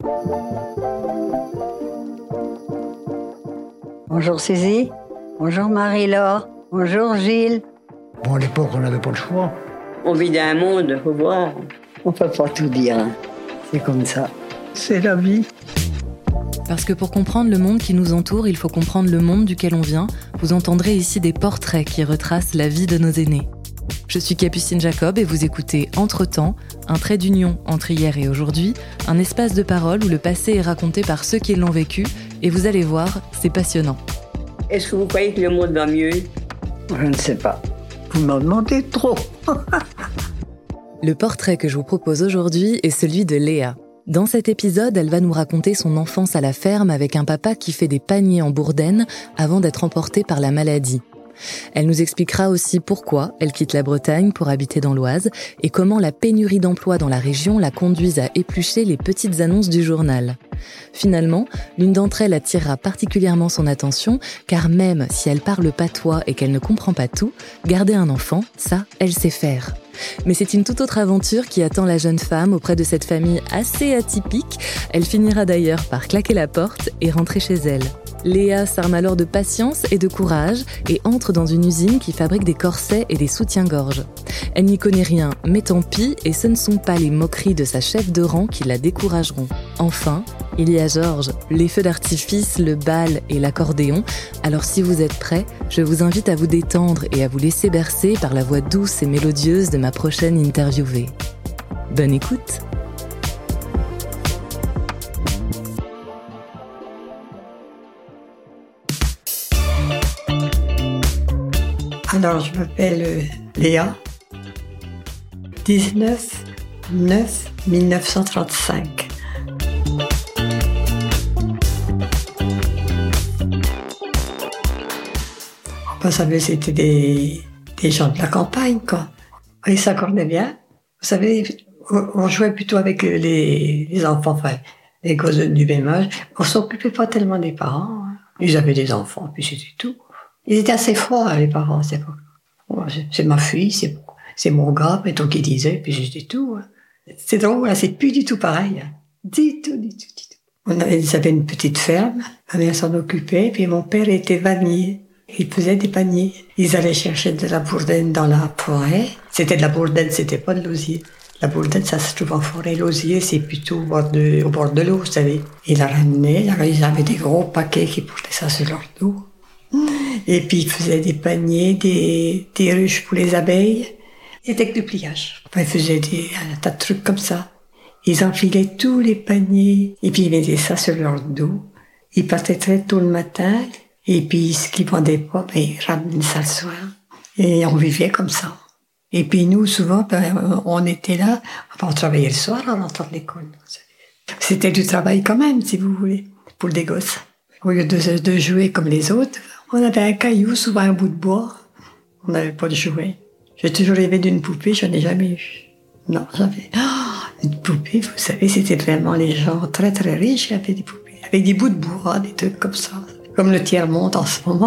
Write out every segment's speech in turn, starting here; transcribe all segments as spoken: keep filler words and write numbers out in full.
Bonjour Suzy, bonjour Marie-Laure, bonjour Gilles. Bon, à l'époque, on n'avait pas le choix. On vit dans un monde, faut voir. On peut pas tout dire, hein. C'est comme ça. C'est la vie. Parce que pour comprendre le monde qui nous entoure, il faut comprendre le monde duquel on vient. Vous entendrez ici des portraits qui retracent la vie de nos aînés. Je suis Capucine Jacob et vous écoutez Entre-temps, un trait d'union entre hier et aujourd'hui, un espace de parole où le passé est raconté par ceux qui l'ont vécu, et vous allez voir, c'est passionnant. Est-ce que vous croyez que le monde va mieux ? Je ne sais pas. Vous m'en demandez trop. Le portrait que je vous propose aujourd'hui est celui de Léa. Dans cet épisode, elle va nous raconter son enfance à la ferme avec un papa qui fait des paniers en bourdaine avant d'être emporté par la maladie. Elle nous expliquera aussi pourquoi elle quitte la Bretagne pour habiter dans l'Oise et comment la pénurie d'emploi dans la région la conduise à éplucher les petites annonces du journal. Finalement, l'une d'entre elles attirera particulièrement son attention car même si elle parle patois et qu'elle ne comprend pas tout, garder un enfant, ça, elle sait faire. Mais c'est une toute autre aventure qui attend la jeune femme auprès de cette famille assez atypique. Elle finira d'ailleurs par claquer la porte et rentrer chez elle. Léa s'arme alors de patience et de courage et entre dans une usine qui fabrique des corsets et des soutiens-gorge. Elle n'y connaît rien, mais tant pis, et ce ne sont pas les moqueries de sa chef de rang qui la décourageront. Enfin, il y a Georges, les feux d'artifice, le bal et l'accordéon. Alors si vous êtes prêts, je vous invite à vous détendre et à vous laisser bercer par la voix douce et mélodieuse de ma prochaine interviewée. Bonne écoute! Alors, je m'appelle euh, Léa, dix-neuf neuf mille neuf cent trente-cinq. Vous savez, c'était des, des gens de la campagne, quoi. Ils s'accordaient bien. Vous savez, on jouait plutôt avec les, les enfants, enfin, les gosses du même âge. On s'occupait pas tellement des parents. Hein. Ils avaient des enfants, puis c'était tout. Ils étaient assez forts, les parents, c'est pas. C'est ma fille, c'est, c'est mon gars, mettons qu'il disait, puis c'était tout. C'est drôle, c'est plus du tout pareil. Du tout, du tout, du tout. On avait, ils avaient une petite ferme, ma mère s'en occupait, puis mon père était vannier. Il faisait des paniers. Ils allaient chercher de la bourdaine dans la forêt. C'était de la bourdaine, c'était pas de l'osier. La bourdaine, ça se trouve en forêt. L'osier, c'est plutôt au bord de, au bord de l'eau, vous savez. Ils la ramenaient, ils avaient des gros paquets qui portaient ça sur leur dos. Et puis, ils faisaient des paniers, des, des ruches pour les abeilles. C'était que du pliage. Enfin, ils faisaient des, un tas de trucs comme ça. Ils enfilaient tous les paniers, et puis ils mettaient ça sur leur dos. Ils partaient très tôt le matin, et puis ce qu'ils vendaient pas, ben, ils ramenaient ça le soir. Et on vivait comme ça. Et puis nous, souvent, ben, on était là, on travaillait le soir en rentrant de l'école. C'était du travail quand même, si vous voulez, pour des gosses. Au lieu de, de jouer comme les autres, on avait un caillou, souvent un bout de bois. On n'avait pas de jouets. J'ai toujours rêvé d'une poupée, je n'en ai jamais eu. Non, jamais. Oh, une poupée, vous savez, c'était vraiment les gens très très riches qui avaient des poupées. Avec des bouts de bois, des trucs comme ça. Comme le tiers-monde en ce moment.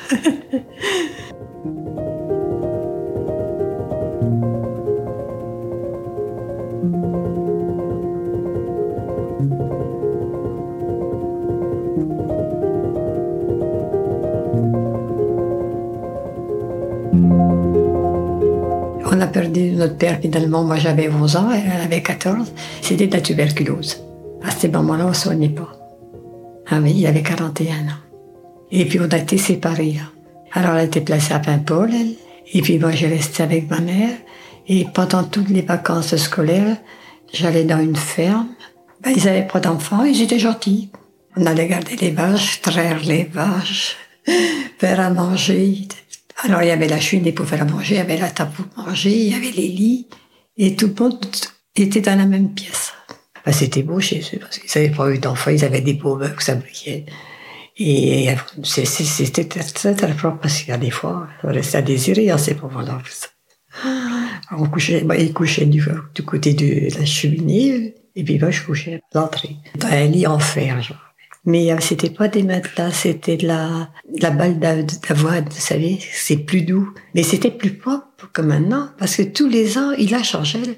On a perdu notre père finalement. Moi j'avais onze ans, elle avait quatorze. C'était de la tuberculose. À ce moment-là, on ne soignait pas. Ah oui, il avait quarante et un ans. Et puis on a été séparés. Là. Alors elle était placée à Paimpol, elle. Et puis moi j'ai resté avec ma mère. Et pendant toutes les vacances scolaires, j'allais dans une ferme. Ben, ils n'avaient pas d'enfants, ils étaient gentils. On allait garder les vaches, traire les vaches, faire à manger. Alors il y avait la cheminée pour faire à manger, il y avait la table pour manger, il y avait les lits. Et tout le monde était dans la même pièce. Ben, c'était beau chez eux, parce qu'ils n'avaient pas eu d'enfants, ils avaient des beaux meubles, ça brillait. Et c'est, c'est, c'était très très propre, parce qu'il y a des fois, ça restait à désirer à ces moments-là. On couchait, ben, ils couchaient du, du côté de la cheminée, et puis moi je couchais à l'entrée, dans un lit en fer, genre. Mais euh, c'était pas des matelas, c'était de la, de la balle d'avoine, vous savez, c'est plus doux. Mais c'était plus propre que maintenant, parce que tous les ans, il la changeait.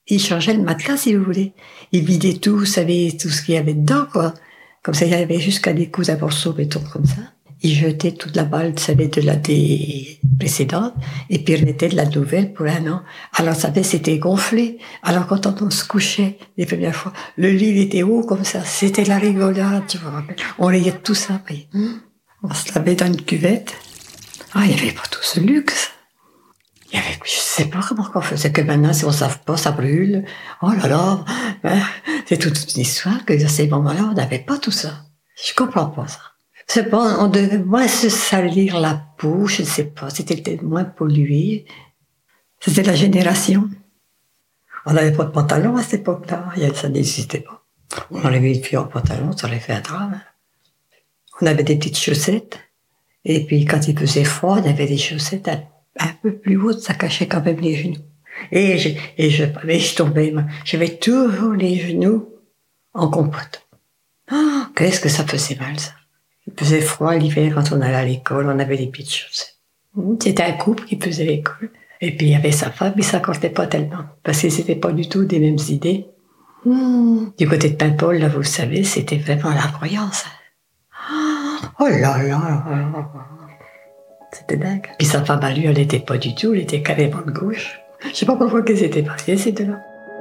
il changeait le matelas, si vous voulez. Il vidait tout, vous savez, tout ce qu'il y avait dedans, quoi. Comme ça, il y avait jusqu'à des coups à morceaux, mettons, comme ça. Il jetait toute la balle, vous savez, de la des précédentes, et puis il mettait de la nouvelle pour un an. Alors, vous savez, c'était gonflé. Alors, quand on se couchait, les premières fois, le lit, il était haut, comme ça. C'était la rigolade, je me rappelle. On riait de tout ça, vous voyez. On se lavait dans une cuvette. Ah, il n'y avait pas tout ce luxe. Il y avait, je sais pas comment on faisait, que maintenant, si on ne savait pas, ça brûle. Oh là là, ben, c'est toute une histoire que à ces moments-là, on n'avait pas tout ça. Je comprends pas ça. C'est pas, on devait moins se salir la peau, je ne sais pas, c'était peut-être moins pollué. C'était la génération. On n'avait pas de pantalon à cette époque-là, ça n'existait pas. On enlevait une fille en pantalon, ça aurait fait un drame. On avait des petites chaussettes, et puis quand il faisait froid, il y avait des chaussettes un, un peu plus hautes, ça cachait quand même les genoux. Et je, et je, et je tombais, j'avais toujours les genoux en compote. Oh, qu'est-ce que ça faisait mal, ça. Il faisait froid l'hiver quand on allait à l'école, on avait des petites chaussettes. C'était un couple qui faisait l'école. Et puis il y avait sa femme, mais ça s'accordait pas tellement. Parce que c'était pas du tout des mêmes idées. Mmh. Du côté de Paimpol, là, vous le savez, c'était vraiment la croyance. Oh là là là là. C'était dingue. Puis sa femme à lui, elle n'était pas du tout, elle était carrément de gauche. Je sais pas pourquoi qu'elles étaient mariées, ces deux-là.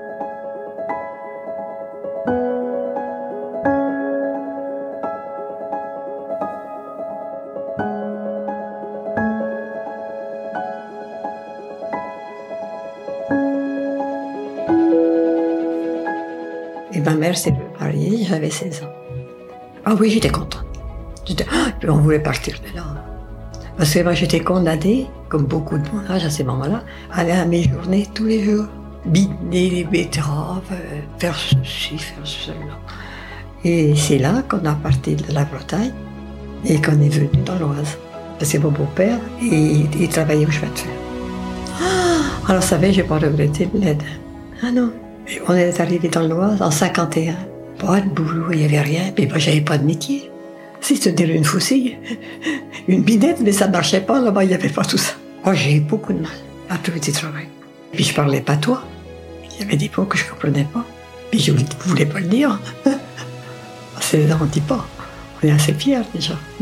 Et ma mère s'est mariée, j'avais seize ans. Ah oui, j'étais contente. J'étais... Ah, puis on voulait partir de là. Parce que moi, j'étais condamnée, comme beaucoup de mon âge à ces moments-là, à aller à mes journées tous les jours. Biner les betteraves, faire ceci, faire cela. Et c'est là qu'on a parti de la Bretagne et qu'on est venu dans l'Oise. Parce que mon beau-père, il, il travaillait au chemin de fer. Ah, alors, vous savez, je n'ai pas regretté l'aide. Ah non. Et on est arrivé dans l'Oise en cinquante et un. Pas de boulot, il n'y avait rien. Puis moi, j'avais pas de métier. Si c'était une faucille, une binette, mais ça ne marchait pas, là-bas, il n'y avait pas tout ça. Moi, j'ai eu beaucoup de mal à trouver du travail. Puis je parlais pas toi. Il y avait des mots que je ne comprenais pas. Puis je ne voulais pas le dire. C'est, on ne dit pas. On est assez fiers, déjà. Mm.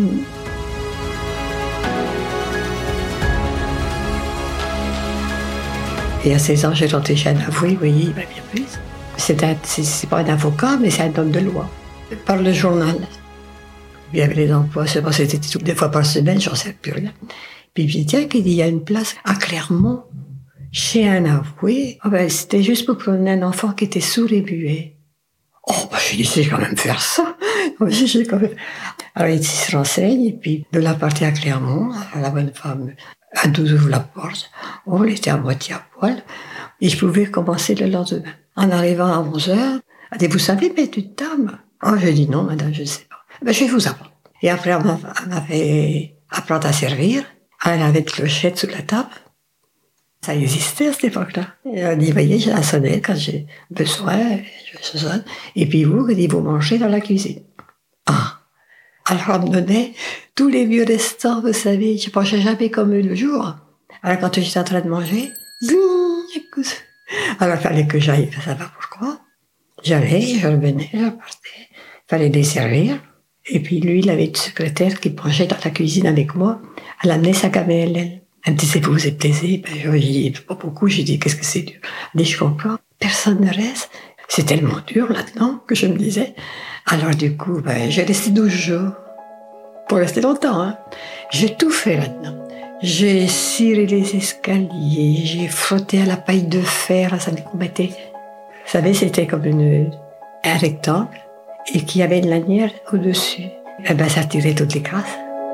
Et à seize ans, j'ai rentré chez un avoué, vous voyez, il m'a bien plus. C'est, un, c'est, c'est pas un avocat, mais c'est un homme de loi. Par le journal. Il y avait les emplois, c'était deux fois par semaine, j'en sais plus rien. Puis il dit, tiens, il y a une place à Clermont, chez un avoué. Oh ben, c'était juste pour prendre un enfant qui était sourd et muet. Oh, ben, j'ai dit, c'est quand même faire ça. J'ai quand même... Alors, il se renseigne, et puis, de la partie à Clermont, la bonne femme, à douze ouvre la porte. On était à moitié à poil. Et je pouvais commencer le lendemain. En arrivant à onze heures, elle dit, vous savez mettre une table? Oh, j'ai dit, non, madame, je ne sais pas. Ben, je vais vous apprendre. Et après, on m'avait apprendre à servir. Elle avait une clochette sous la table. Ça existait à cette époque-là. Et elle dit, voyez, j'ai la sonnette quand j'ai besoin, je sonne. Et puis vous, elle dit, vous mangez dans la cuisine. Ah. Alors, elle me donnait tous les vieux restants, vous savez. Je ne mangeais jamais comme eux le jour. Alors, quand j'étais en train de manger, écoute. Alors, il fallait que j'aille, ça va pourquoi. J'allais, je revenais, je partais. Il fallait les servir. Et puis lui, il avait une secrétaire qui mangeait dans la cuisine avec moi. Elle amenait sa gamelle, elle. Elle me disait, vous vous êtes plaisé? Ben, je dis, pas beaucoup. J'ai dit, qu'est-ce que c'est dur? Elle dit, je comprends. Personne ne reste. C'est tellement dur là-dedans que je me disais. Alors du coup, ben, j'ai resté douze jours. Pour rester longtemps, hein. J'ai tout fait là-dedans. J'ai ciré les escaliers, j'ai frotté à la paille de fer, ça me commettait. Vous savez, c'était comme une, un rectangle. Et qu'il y avait une lanière au-dessus. Eh ben, ça tirait toutes les crasses.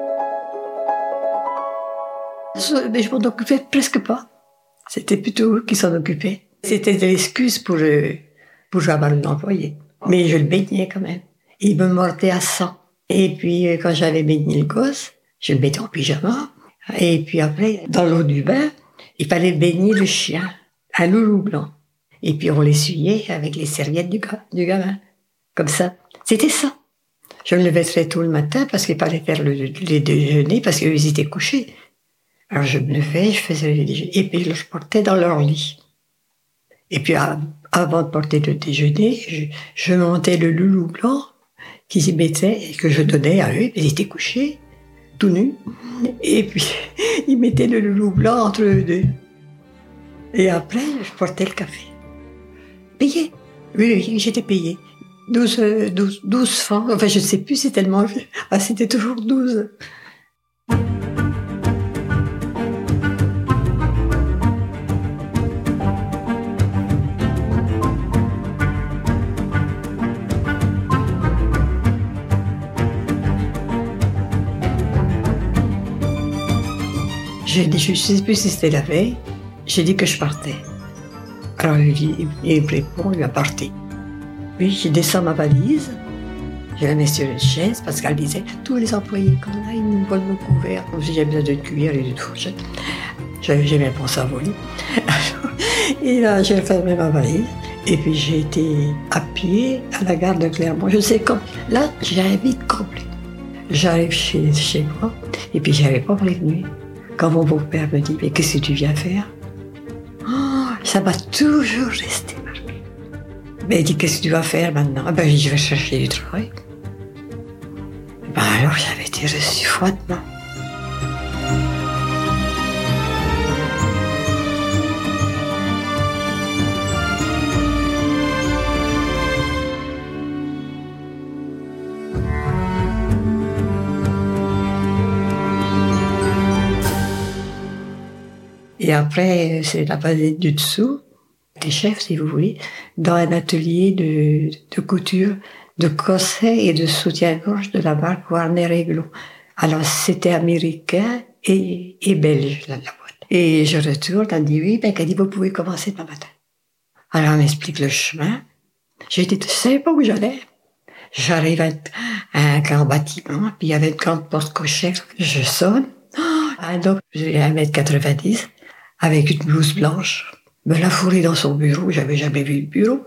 Mais je m'en occupais presque pas. C'était plutôt eux qui s'en occupaient. C'était de l'excuse pour, euh, pour avoir un employé. Mais je le baignais quand même. Il me mordait à sang. Et puis, quand j'avais baigné le gosse, je le mettais en pyjama. Et puis après, dans l'eau du bain, il fallait baigner le chien, un loulou blanc. Et puis on l'essuyait avec les serviettes du, ga- du gamin. Comme ça. C'était ça. Je me levais très tôt le matin parce qu'il fallait faire le, les déjeuners parce qu'eux, ils étaient couchés. Alors je me levais, je faisais les déjeuners et puis je les portais dans leur lit. Et puis avant de porter le déjeuner, je, je montais le loulou blanc qui s'y mettait et que je donnais à eux. Ils étaient couchés, tout nus. Et puis, ils mettaient le loulou blanc entre eux deux. Et après, je portais le café. Payé. Oui, oui, j'étais payée. douze, douze, douze francs. Enfin, je ne sais plus, c'est tellement... Ah, c'était toujours douze. J'ai dit, je ne sais plus si c'était la veille, j'ai dit que je partais. Alors il, dit, il me répond, il va partir. Puis je descends ma valise, je la mets sur une chaise parce qu'elle disait, tous les employés qu'on a, ils nous volent nos couverts. Comme si j'avais besoin d'une cuillère et de tout. J'avais jamais pensé à voler. Et là, j'ai fermé ma valise. Et puis j'ai été à pied à la gare de Clermont. Je sais quand. Là, j'avais vite complet. J'arrive chez, chez moi et puis je n'avais pas prévenu. Quand mon beau-père me dit, mais qu'est-ce que tu viens faire? Oh, ça m'a toujours resté marqué. Mais il dit, qu'est-ce que tu vas faire maintenant? Ben, je vais chercher du travail. Ben alors, j'avais été reçue froidement. Et après, c'est la base du dessous, des chefs, si vous voulez, dans un atelier de, de couture, de corsets et de soutien-gorge de la marque Warner Eglo. Alors, c'était américain et, et belge, la, la boîte. Et je retourne, elle dit oui, ben, elle dit, vous pouvez commencer demain matin. Alors, elle m'explique le chemin. J'ai dit, je ne savais pas où j'allais. J'arrive à, à un grand bâtiment, puis il y avait une grande porte cochère. Je sonne. Un homme, j'ai un mètre quatre-vingt-dix. Avec une blouse blanche, me l'a fourré dans son bureau, j'avais jamais vu le bureau.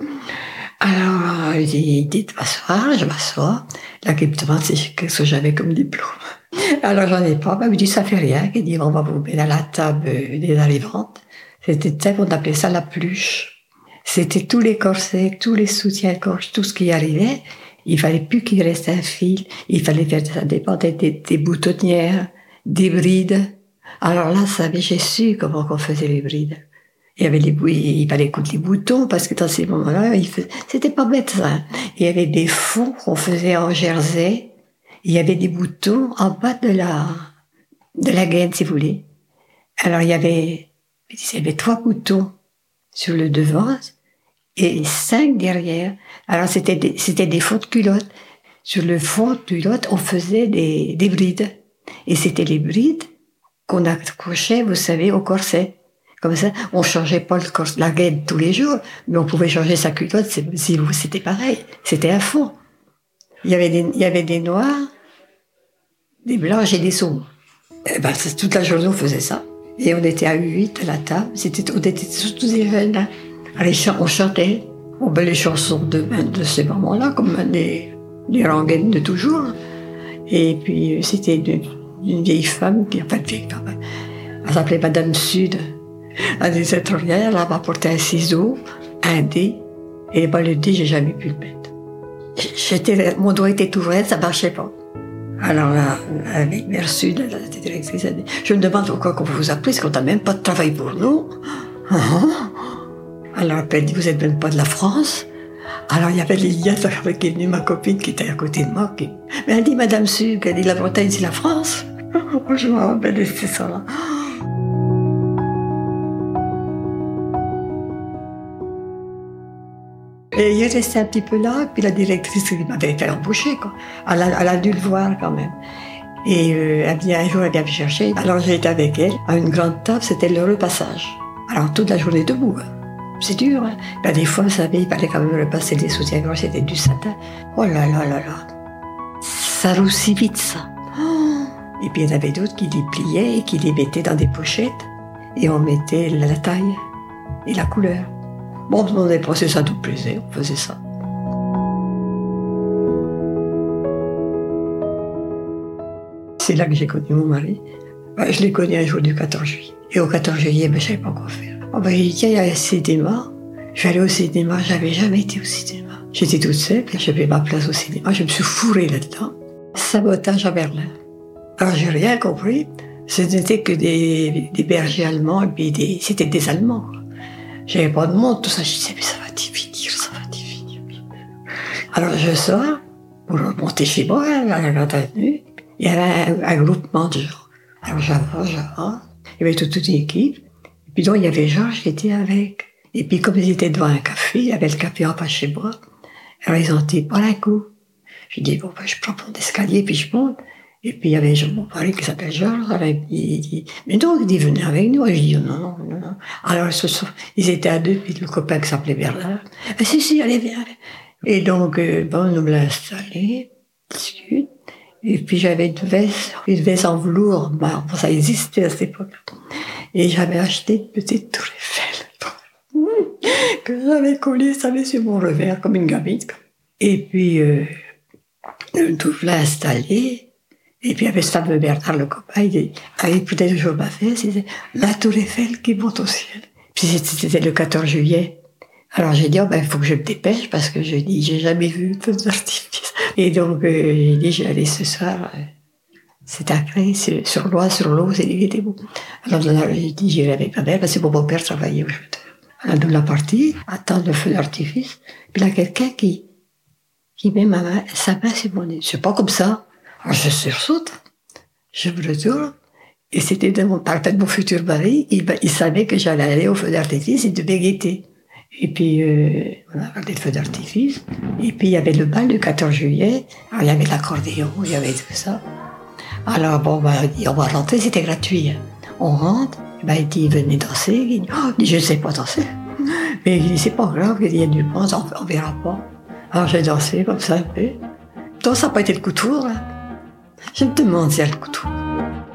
Alors, il dit, dites m'asseoir, je m'assois. Là, il me demande qu'est-ce que j'avais comme diplôme. Alors, j'en ai pas, ben, il me dit, ça fait rien. Il dit, on va vous mettre à la table des arrivantes. C'était ça, on appelait ça la pluche. C'était tous les corsets, tous les soutiens-gorge, tout ce qui arrivait. Il fallait plus qu'il reste un fil. Il fallait faire, ça dépendait des, des boutonnières, des brides. Alors là, ça, j'ai su comment on faisait les brides. Il y avait les, il fallait coudre les boutons parce que dans ces moments-là, il faisait, c'était pas bête ça. Il y avait des fonds qu'on faisait en jersey. Il y avait des boutons en bas de la, de la gaine, si vous voulez. Alors il y avait, il y avait trois boutons sur le devant et cinq derrière. Alors c'était des, c'était des fonds de culotte. Sur le fond de culotte, on faisait des, des brides. Et c'était les brides qu'on accrochait, vous savez, au corset. Comme ça, on changeait pas le corset, la gaine tous les jours, mais on pouvait changer sa culotte, si vous, c'était pareil. C'était à fond. Il y avait des, il y avait des noirs, des blanches et des sombres. Et ben, toute la journée, on faisait ça. Et on était à huit à la table. C'était, on était surtout des jeunes, hein. Allez, on chantait. On met les chansons de, de ces moments-là, comme des, des rengaines de toujours. Et puis, c'était une, une vieille femme, qui, enfin, une vieille femme, elle s'appelait Madame Sud. Elle disait trop rien, elle m'a apporté un ciseau, un dé, et ben, le dé, j'ai jamais pu le mettre. J'étais, mon doigt était ouvert, ça marchait pas. Alors là, avec Mère Sud, la directrice, elle dit, je me demande pourquoi qu'on vous a pris, parce qu'on n'a même pas de travail pour nous. Alors elle dit, vous n'êtes même pas de la France. Alors il y avait Liliane qui est venue, ma copine, qui était à côté de moi. Qui... Mais elle dit, Madame Sud, elle dit, la Bretagne, c'est la France. Je me rappelle, c'est ça là. Et il est resté un petit peu là, puis la directrice qui m'avait fait embaucher, quoi. Elle a, elle a dû le voir quand même. Et euh, elle vient, un jour, elle vient me chercher. Alors j'ai été avec elle à une grande table, c'était le repassage. Alors toute la journée debout, hein. C'est dur, hein. Ben, des fois, vous savez, il fallait quand même repasser des soutiens-gorge, c'était du satin. Oh là là là là. Ça roussit vite, ça. Oh. Et puis il y en avait d'autres qui les pliaient et qui les mettaient dans des pochettes. Et on mettait la taille et la couleur. Bon, on avait passé ça tout plaisir, on faisait ça. C'est là que j'ai connu mon mari. Ben, je l'ai connu un jour du quatorze juillet. Et au quatorze juillet, ben, je ne savais pas quoi faire. Oh, ben, il y a un C D M A, Je suis allée au cinéma, j'avais jamais été au cinéma. J'étais toute seule, j'avais ma place au cinéma, je me suis fourrée là-dedans. Sabotage à Berlin. Alors j'ai rien compris, ce n'était que des, des bergers allemands, et puis des, c'était des Allemands. J'avais pas de monde, tout ça, je disais, mais ça va finir, ça va finir. Alors je sors, pour remonter chez moi, à la grande avenue, il y avait un, un groupement de gens. Alors j'avance, j'avance, il y avait toute, toute une équipe, et puis donc il y avait Georges qui était avec. Et puis comme ils étaient devant un café, il y avait le café en face chez moi, alors ils ont dit, pas un coup. Je dis, bon, ben, je prends mon escalier, puis je monte. Et puis il y avait mon mari qui s'appelle Georges, alors il dit, mais donc, il dit, venez avec nous. Et je dis, non, non, non, non. Alors ce sont, ils étaient à deux, puis le copain qui s'appelait Bernard. Ah, si, si, allez, viens. Et donc, euh, bon, nous l'a installé, discute. Et puis j'avais une veste, une veste en velours, bon, ça existait à cette époque-là. Et j'avais acheté une petite tour Eiffel. Que j'avais collé, ça avait sur mon revers, comme une gamine. Et puis, euh, tout l'a installé. Et puis, il y avait ce fameux Bernard, le copain, il dit, ah, il écoutait toujours ma fesse, il disait, la tour Eiffel qui monte au ciel. Puis, c'était le quatorze juillet. Alors, j'ai dit, oh, ben, il faut que je me dépêche, parce que je dis, j'ai jamais vu de feu d'artifice. Et donc, euh, j'ai dit, j'allais ce soir, euh, c'est après, c'est sur l'Oise, sur l'eau, c'est il était beau. Alors, j'ai dit, j'irai avec ma mère, parce que mon beau-père travaillait au jeteur. Alors, nous, la partie, attendre le feu d'artifice. Puis là, quelqu'un qui, qui met ma main, sa main sur mon nez. C'est pas comme ça. Alors, je sursaute. Je me retourne. Et c'était de mon, par de mon futur mari. Il, il savait que j'allais aller au feu d'artifice. Il devait guetter. Et puis, euh, on a regardé le feu d'artifice. Et puis, il y avait le bal du quatorze juillet. Alors, il y avait l'accordéon, il y avait tout ça. Alors, bon, bah, on va rentrer, c'était gratuit. On rentre. Ben, il dit, venez danser. Il dit, oh, je ne sais pas danser. Mais il dit, c'est pas grave, il y a du monde, on, on verra pas. Alors j'ai dansé comme ça un peu. Donc ça n'a pas été le coup de foudre. Hein. Je me demande si il y a le coup de foudre.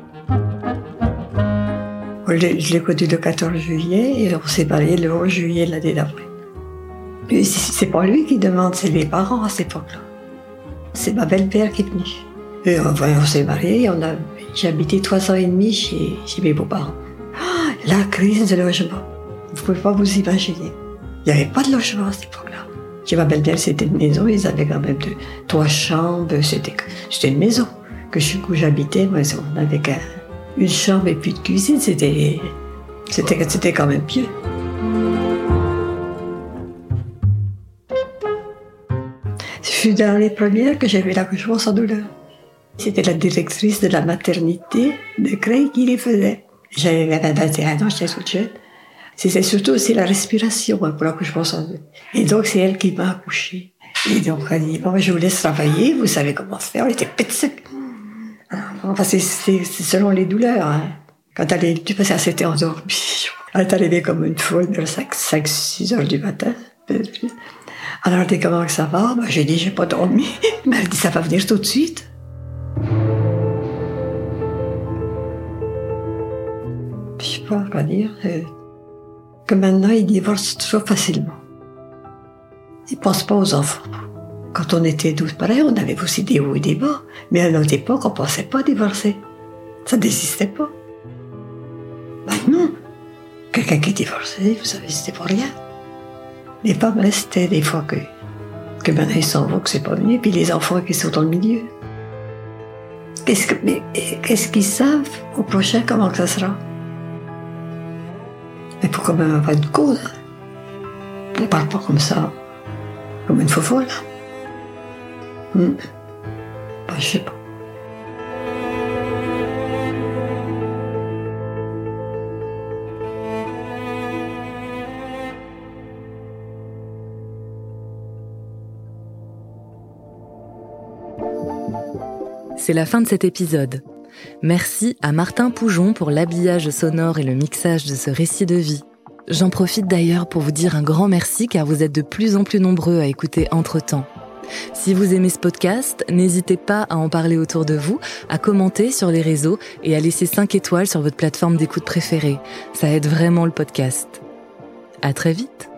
Je l'ai connu le quatorze juillet et on s'est marié le onze juillet de l'année d'après. C'est pas lui qui demande, c'est mes parents à cette époque-là. C'est ma belle-mère qui est venue. Et on, on s'est mariés, on a, j'ai habité trois ans et demi chez, chez mes beaux-parents. La crise de logement, vous ne pouvez pas vous imaginer. Il n'y avait pas de logement à cette époque-là. Chez ma belle-mère, c'était une maison, ils avaient quand même deux, trois chambres, c'était, c'était une maison. Que je, où j'habitais, moi, on avait qu'un, une chambre et puis de cuisine, c'était, c'était, c'était quand même pieux. Je suis dans les premières que j'avais l'accouchement sans douleur. C'était la directrice de la maternité de Creil qui les faisait. J'avais vingt et un ans, j'étais toute jeune. C'était surtout aussi la respiration hein, pour l'accouchement sans douleur. Et donc, c'est elle qui m'a accouchée. Et donc, elle dit, bon, je vous laisse travailler, vous savez comment faire. On était pète sec. Enfin, c'est, c'est, c'est selon les douleurs. Hein. Quand elle est, tu sais, elle s'était endormie. Elle est arrivée comme une folle vers cinq, six heures du matin. Alors, elle dit, comment que ça va? Ben, j'ai dit, j'ai pas dormi. Mais elle dit, ça va venir tout de suite. Je sais pas quoi dire. Euh, que maintenant, ils divorcent trop facilement. Ils pensent pas aux enfants. Quand on était douze, pareil, on avait aussi des hauts et des bas. Mais à notre époque, on pensait pas divorcer. Ça n'existait pas. Maintenant, quelqu'un qui est divorcé, vous savez, c'était pour rien. Les femmes restaient des fois que, que maintenant ils s'en vont, que c'est pas mieux. Puis les enfants qui sont dans le milieu. Qu'est-ce, que, mais, qu'est-ce qu'ils savent au prochain, comment que ça sera? Mais il faut quand même avoir une cause. On ne parle pas comme ça, comme une fofolle. Hmm. Ben, je sais pas. C'est la fin de cet épisode. Merci à Martin Poujon pour l'habillage sonore et le mixage de ce récit de vie. J'en profite d'ailleurs pour vous dire un grand merci car vous êtes de plus en plus nombreux à écouter Entre-temps. Si vous aimez ce podcast, n'hésitez pas à en parler autour de vous, à commenter sur les réseaux et à laisser cinq étoiles sur votre plateforme d'écoute préférée. Ça aide vraiment le podcast. À très vite.